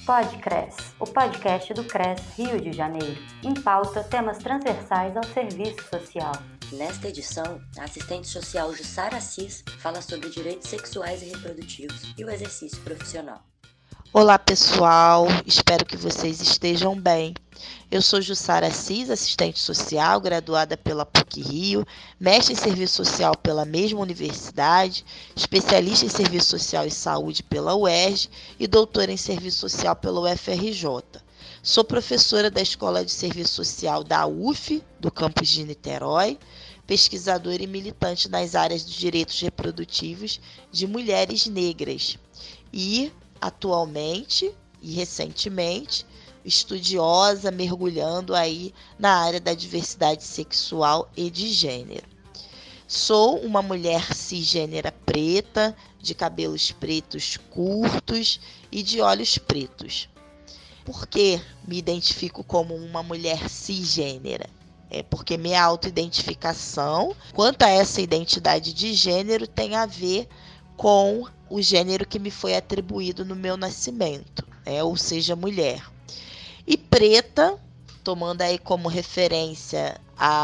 Podcres, o podcast do CRES Rio de Janeiro, em pauta temas transversais ao serviço social. Nesta edição, a assistente social Jussara Assis fala sobre direitos sexuais e reprodutivos e o exercício profissional. Olá pessoal, espero que vocês estejam bem. Eu sou Jussara Assis, assistente social, graduada pela PUC-Rio, mestre em serviço social pela mesma universidade, especialista em serviço social e saúde pela UERJ e doutora em serviço social pela UFRJ. Sou professora da Escola de Serviço Social da UF, do campus de Niterói, pesquisadora e militante nas áreas dos direitos reprodutivos de mulheres negras e, atualmente e recentemente, estudiosa, mergulhando aí na área da diversidade sexual e de gênero. Sou uma mulher cisgênera preta, de cabelos pretos curtos e de olhos pretos. Por que me identifico como uma mulher cisgênera? É porque minha autoidentificação quanto a essa identidade de gênero tem a ver com o gênero que me foi atribuído no meu nascimento, ou seja, mulher. E preta, tomando aí como referência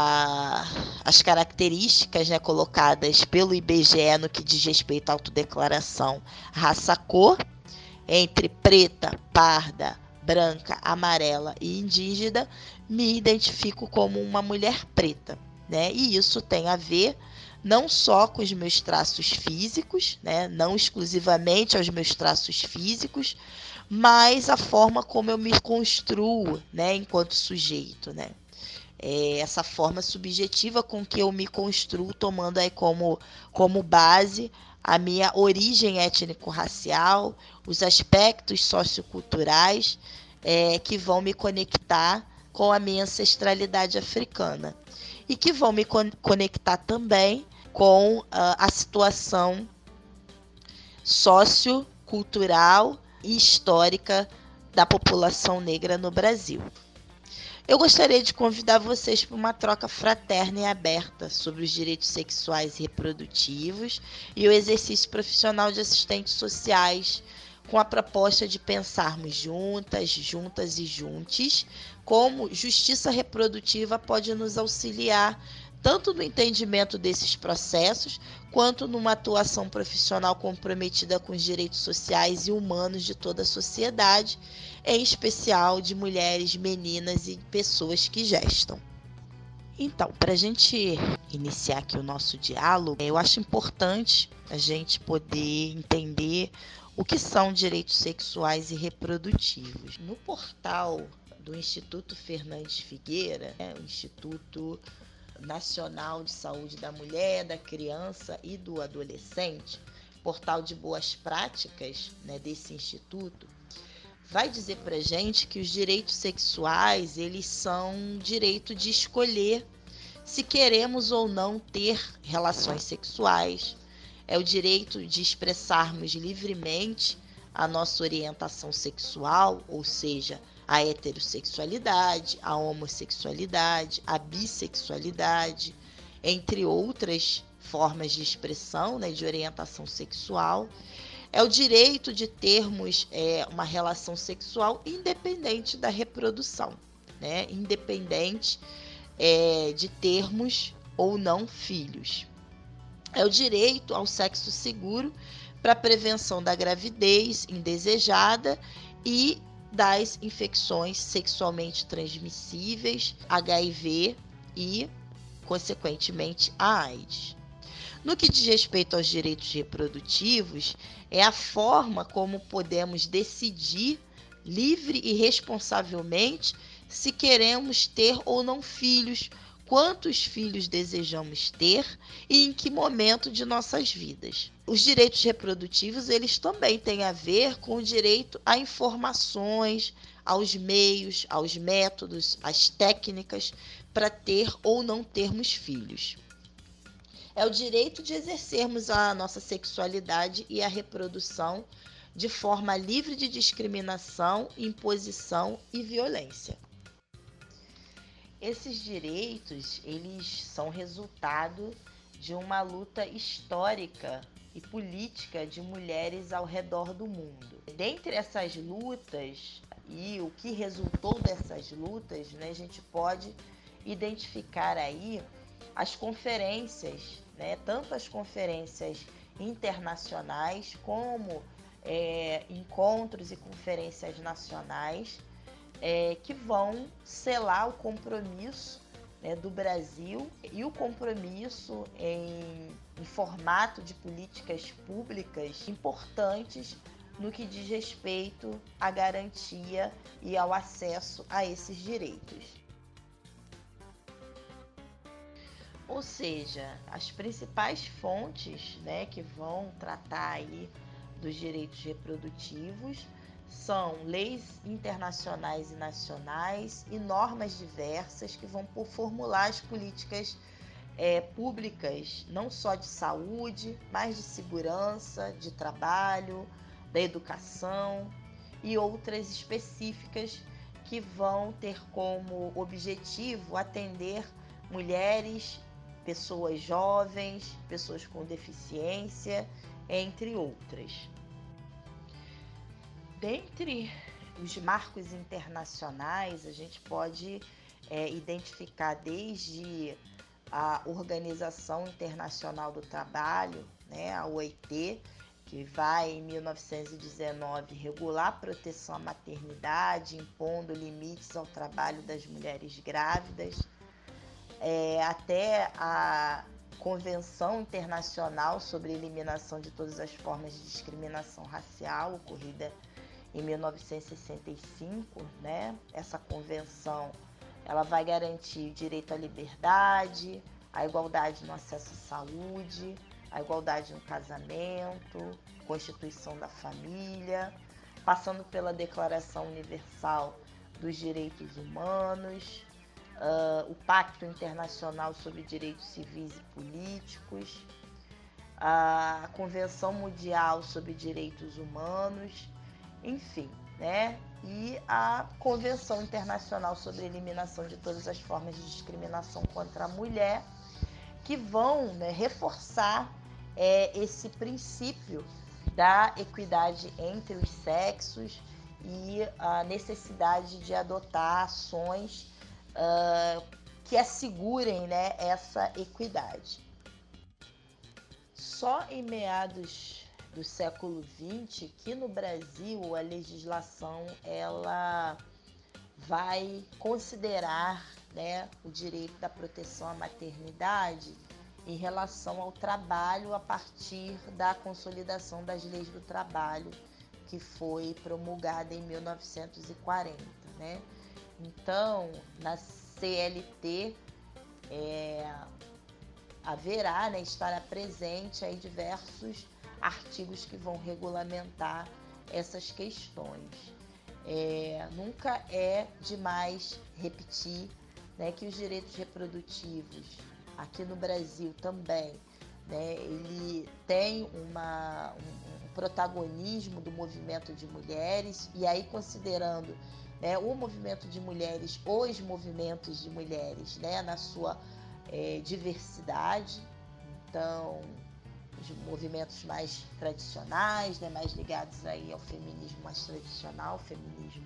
as características, colocadas pelo IBGE no que diz respeito à autodeclaração raça-cor, entre preta, parda, branca, amarela e indígena, me identifico como uma mulher preta, E isso tem a ver não só com os meus traços físicos, não exclusivamente aos meus traços físicos, mas a forma como eu me construo, enquanto sujeito, essa forma subjetiva com que eu me construo, tomando aí como base a minha origem étnico-racial, os aspectos socioculturais que vão me conectar com a minha ancestralidade africana e que vão me conectar também com a situação sociocultural e histórica da população negra no Brasil. Eu gostaria de convidar vocês para uma troca fraterna e aberta sobre os direitos sexuais e reprodutivos e o exercício profissional de assistentes sociais, com a proposta de pensarmos juntas e juntos como justiça reprodutiva pode nos auxiliar tanto no entendimento desses processos, quanto numa atuação profissional comprometida com os direitos sociais e humanos de toda a sociedade, em especial de mulheres, meninas e pessoas que gestam. Então, para a gente iniciar aqui o nosso diálogo, eu acho importante a gente poder entender o que são direitos sexuais e reprodutivos. No portal do Instituto Fernandes Figueira, o Instituto Nacional de Saúde da Mulher, da Criança e do Adolescente, portal de boas práticas desse instituto, vai dizer para a gente que os direitos sexuais, eles são direito de escolher se queremos ou não ter relações sexuais, é o direito de expressarmos livremente a nossa orientação sexual, ou seja, a heterossexualidade, a homossexualidade, a bissexualidade, entre outras formas de expressão, de orientação sexual. É o direito de termos uma relação sexual independente da reprodução, independente de termos ou não filhos. É o direito ao sexo seguro para a prevenção da gravidez indesejada e das infecções sexualmente transmissíveis, HIV e, consequentemente, a AIDS. No que diz respeito aos direitos reprodutivos, é a forma como podemos decidir livre e responsavelmente se queremos ter ou não filhos, quantos filhos desejamos ter e em que momento de nossas vidas. Os direitos reprodutivos, eles também têm a ver com o direito a informações, aos meios, aos métodos, às técnicas para ter ou não termos filhos. É o direito de exercermos a nossa sexualidade e a reprodução de forma livre de discriminação, imposição e violência. Esses direitos, eles são resultado de uma luta histórica e política de mulheres ao redor do mundo. Dentre essas lutas e o que resultou dessas lutas, né, a gente pode identificar aí as conferências, né, tanto as conferências internacionais como encontros e conferências nacionais que vão selar o compromisso, né, do Brasil e o compromisso em formato de políticas públicas importantes no que diz respeito à garantia e ao acesso a esses direitos. Ou seja, as principais fontes, né, que vão tratar aí dos direitos reprodutivos são leis internacionais e nacionais e normas diversas que vão formular as políticas públicas, não só de saúde, mas de segurança, de trabalho, da educação e outras específicas que vão ter como objetivo atender mulheres, pessoas jovens, pessoas com deficiência, entre outras. Dentre os marcos internacionais, a gente pode identificar desde a Organização Internacional do Trabalho, né, a OIT, que vai, em 1919, regular a proteção à maternidade, impondo limites ao trabalho das mulheres grávidas, até a Convenção Internacional sobre a Eliminação de Todas as Formas de Discriminação Racial, ocorrida em 1965, né? Essa convenção ela vai garantir o direito à liberdade, a igualdade no acesso à saúde, a igualdade no casamento, Constituição da Família, passando pela Declaração Universal dos Direitos Humanos, o Pacto Internacional sobre Direitos Civis e Políticos, a Convenção Mundial sobre Direitos Humanos, enfim, né? E a Convenção Internacional sobre a Eliminação de Todas as Formas de Discriminação contra a Mulher, que vão, né, reforçar esse princípio da equidade entre os sexos e a necessidade de adotar ações que assegurem, né, essa equidade. Só em meados do século XX que no Brasil a legislação ela vai considerar, né, o direito da proteção à maternidade em relação ao trabalho a partir da consolidação das leis do trabalho que foi promulgada em 1940, né? Então, na CLT haverá, né, estará presente aí diversos artigos que vão regulamentar essas questões. Nunca é demais repetir, né, que os direitos reprodutivos aqui no Brasil também, né, ele tem um protagonismo do movimento de mulheres, e aí considerando, né, o movimento de mulheres, os movimentos de mulheres, né, na sua diversidade. Então, os movimentos mais tradicionais, né, mais ligados aí ao feminismo mais tradicional, feminismo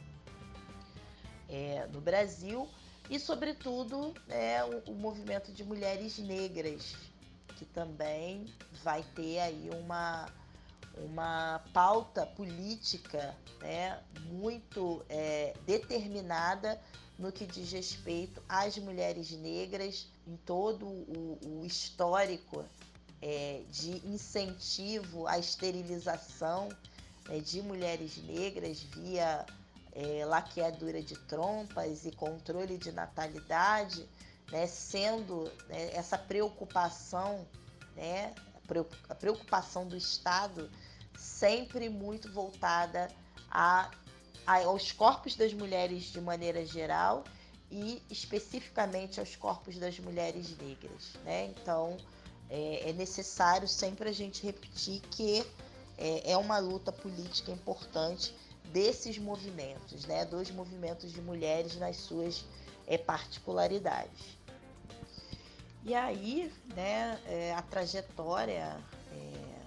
no Brasil, e sobretudo o movimento de mulheres negras, que também vai ter aí uma pauta política, né, muito determinada no que diz respeito às mulheres negras, em todo o histórico de incentivo à esterilização de mulheres negras via laqueadura de trompas e controle de natalidade, né, sendo essa preocupação, né, a preocupação do Estado sempre muito voltada aos corpos das mulheres de maneira geral e especificamente aos corpos das mulheres negras, né? Então, é necessário sempre a gente repetir que é uma luta política importante desses movimentos, né? Dos movimentos de mulheres nas suas particularidades. E aí, né, a trajetória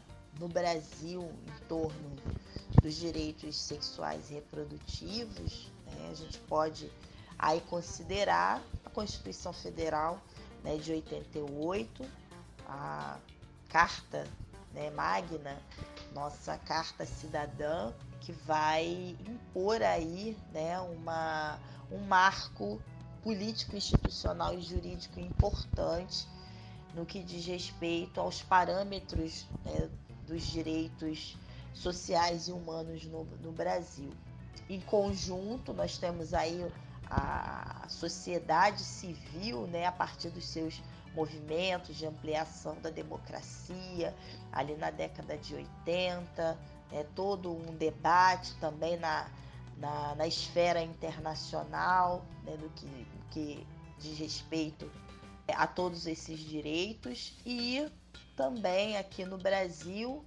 no Brasil em torno dos direitos sexuais e reprodutivos, né, a gente pode aí considerar a Constituição Federal, né, de 88, a Carta, né, Magna, nossa Carta Cidadã, que vai impor aí, né, um marco político, institucional e jurídico importante no que diz respeito aos parâmetros, né, dos direitos sociais e humanos no Brasil. Em conjunto, nós temos aí a sociedade civil, né, a partir dos seus movimentos de ampliação da democracia, ali na década de 80, todo um debate também na esfera internacional, né, no que diz respeito a todos esses direitos, e também aqui no Brasil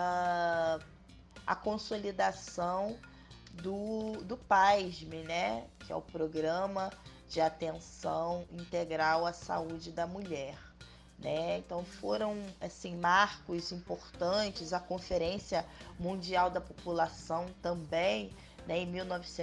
a consolidação do PASME, né, que é o Programa de Atenção Integral à Saúde da Mulher, né? Então foram assim marcos importantes, a Conferência Mundial da População também, né, em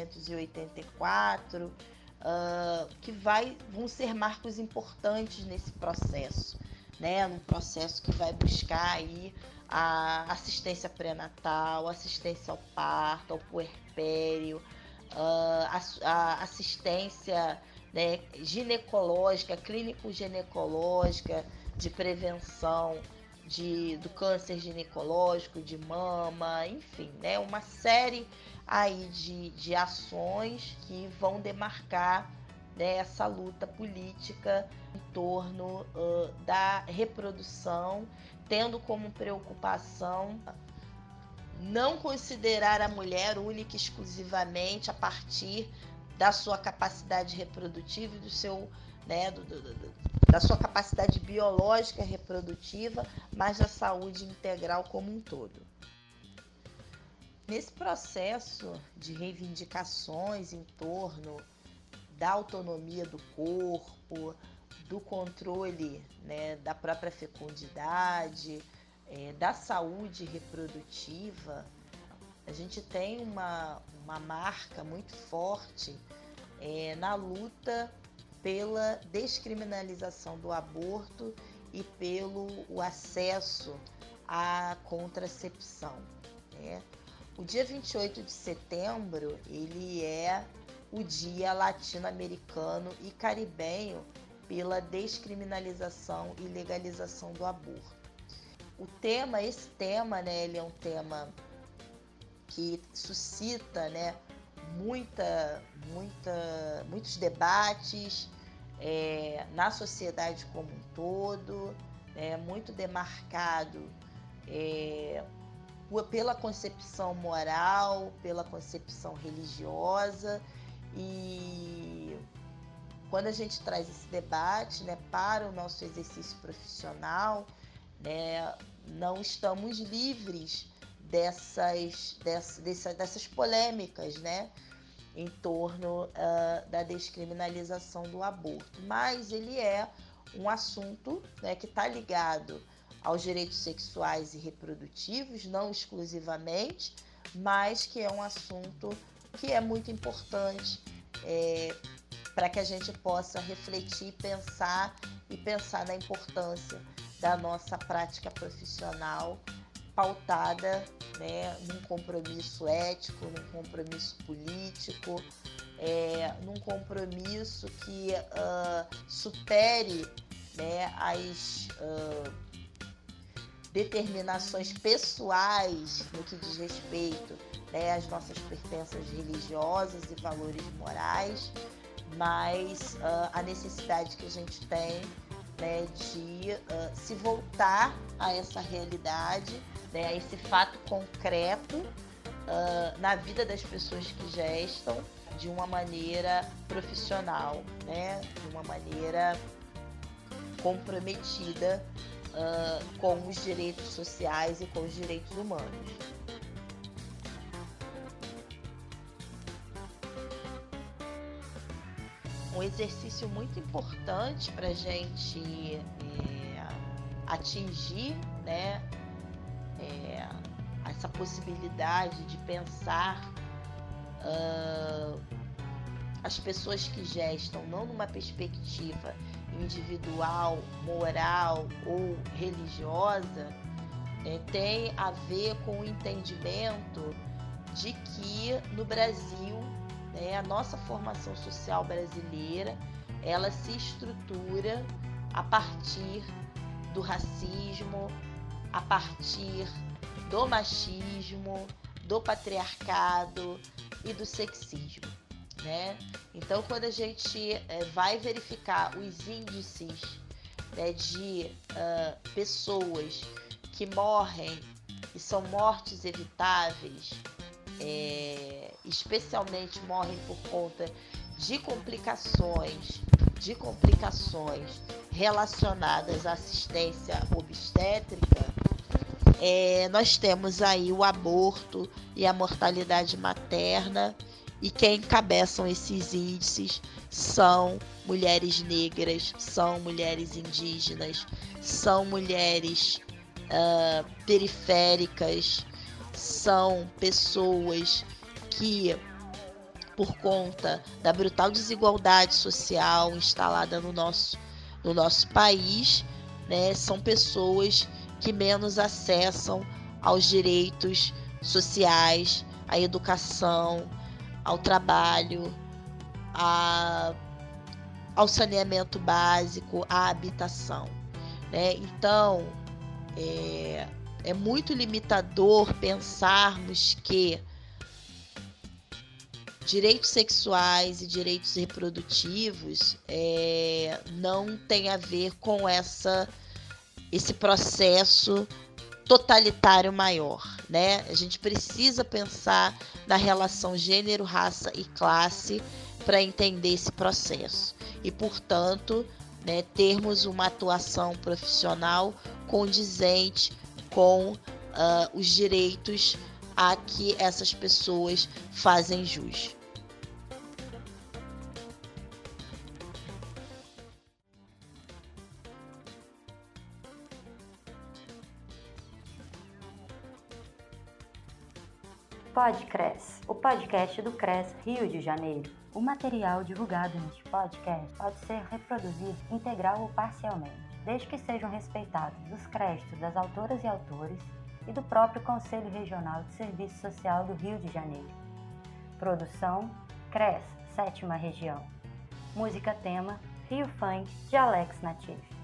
1984, que vão ser marcos importantes nesse processo, né? Um processo que vai buscar aí a assistência pré-natal, assistência ao parto, ao puerpério, a assistência, né, ginecológica, clínico-ginecológica, de prevenção do câncer ginecológico, de mama, enfim, né, uma série aí de ações que vão demarcar, né, essa luta política em torno da reprodução, tendo como preocupação não considerar a mulher única e exclusivamente a partir da sua capacidade reprodutiva e do seu, né, da sua capacidade biológica reprodutiva, mas da saúde integral como um todo. Nesse processo de reivindicações em torno da autonomia do corpo, do controle, né, da própria fecundidade, da saúde reprodutiva, a gente tem uma marca muito forte na luta pela descriminalização do aborto e pelo acesso à contracepção, né? O dia 28 de setembro, ele é o Dia Latino-Americano e Caribenho pela descriminalização e legalização do aborto. Esse tema, né, ele é um tema que suscita, né, muitos debates na sociedade como um todo, muito demarcado pela concepção moral, pela concepção religiosa, e quando a gente traz esse debate, né, para o nosso exercício profissional, né, não estamos livres dessas polêmicas, né, em torno da descriminalização do aborto. Mas ele é um assunto, né, que está ligado aos direitos sexuais e reprodutivos, não exclusivamente, mas que é um assunto que é muito importante para que a gente possa refletir, pensar na importância da nossa prática profissional pautada, né, num compromisso ético, num compromisso político, num compromisso que supere, né, as determinações pessoais no que diz respeito, né, às nossas pertenças religiosas e valores morais, mas a necessidade que a gente tem, né, de se voltar a essa realidade, né, a esse fato concreto na vida das pessoas que gestam de uma maneira profissional, né, de uma maneira comprometida com os direitos sociais e com os direitos humanos. Um exercício muito importante para a gente atingir, né, essa possibilidade de pensar as pessoas que gestam não numa perspectiva individual, moral ou religiosa, tem a ver com o entendimento de que no Brasil, a nossa formação social brasileira, ela se estrutura a partir do racismo, a partir do machismo, do patriarcado e do sexismo, né? Então, quando a gente vai verificar os índices, de pessoas que morrem e são mortes evitáveis, especialmente morrem por conta de complicações relacionadas à assistência obstétrica, nós temos aí o aborto e a mortalidade materna, e quem encabeçam esses índices são mulheres negras, são mulheres indígenas, são mulheres periféricas, são pessoas que, por conta da brutal desigualdade social instalada no nosso país, são pessoas que menos acessam aos direitos sociais, à educação, ao trabalho, ao saneamento básico, à habitação, Então, é muito limitador pensarmos que direitos sexuais e direitos reprodutivos não tem a ver com esse processo totalitário maior, A gente precisa pensar na relação gênero, raça e classe para entender esse processo e, portanto, termos uma atuação profissional condizente com os direitos a que essas pessoas fazem jus. Podcres, o podcast do CRES Rio de Janeiro. O material divulgado neste podcast pode ser reproduzido integral ou parcialmente, desde que sejam respeitados os créditos das autoras e autores e do próprio Conselho Regional de Serviço Social do Rio de Janeiro. Produção CRES, 7ª Região. Música tema Rio Funk de Alex Natif.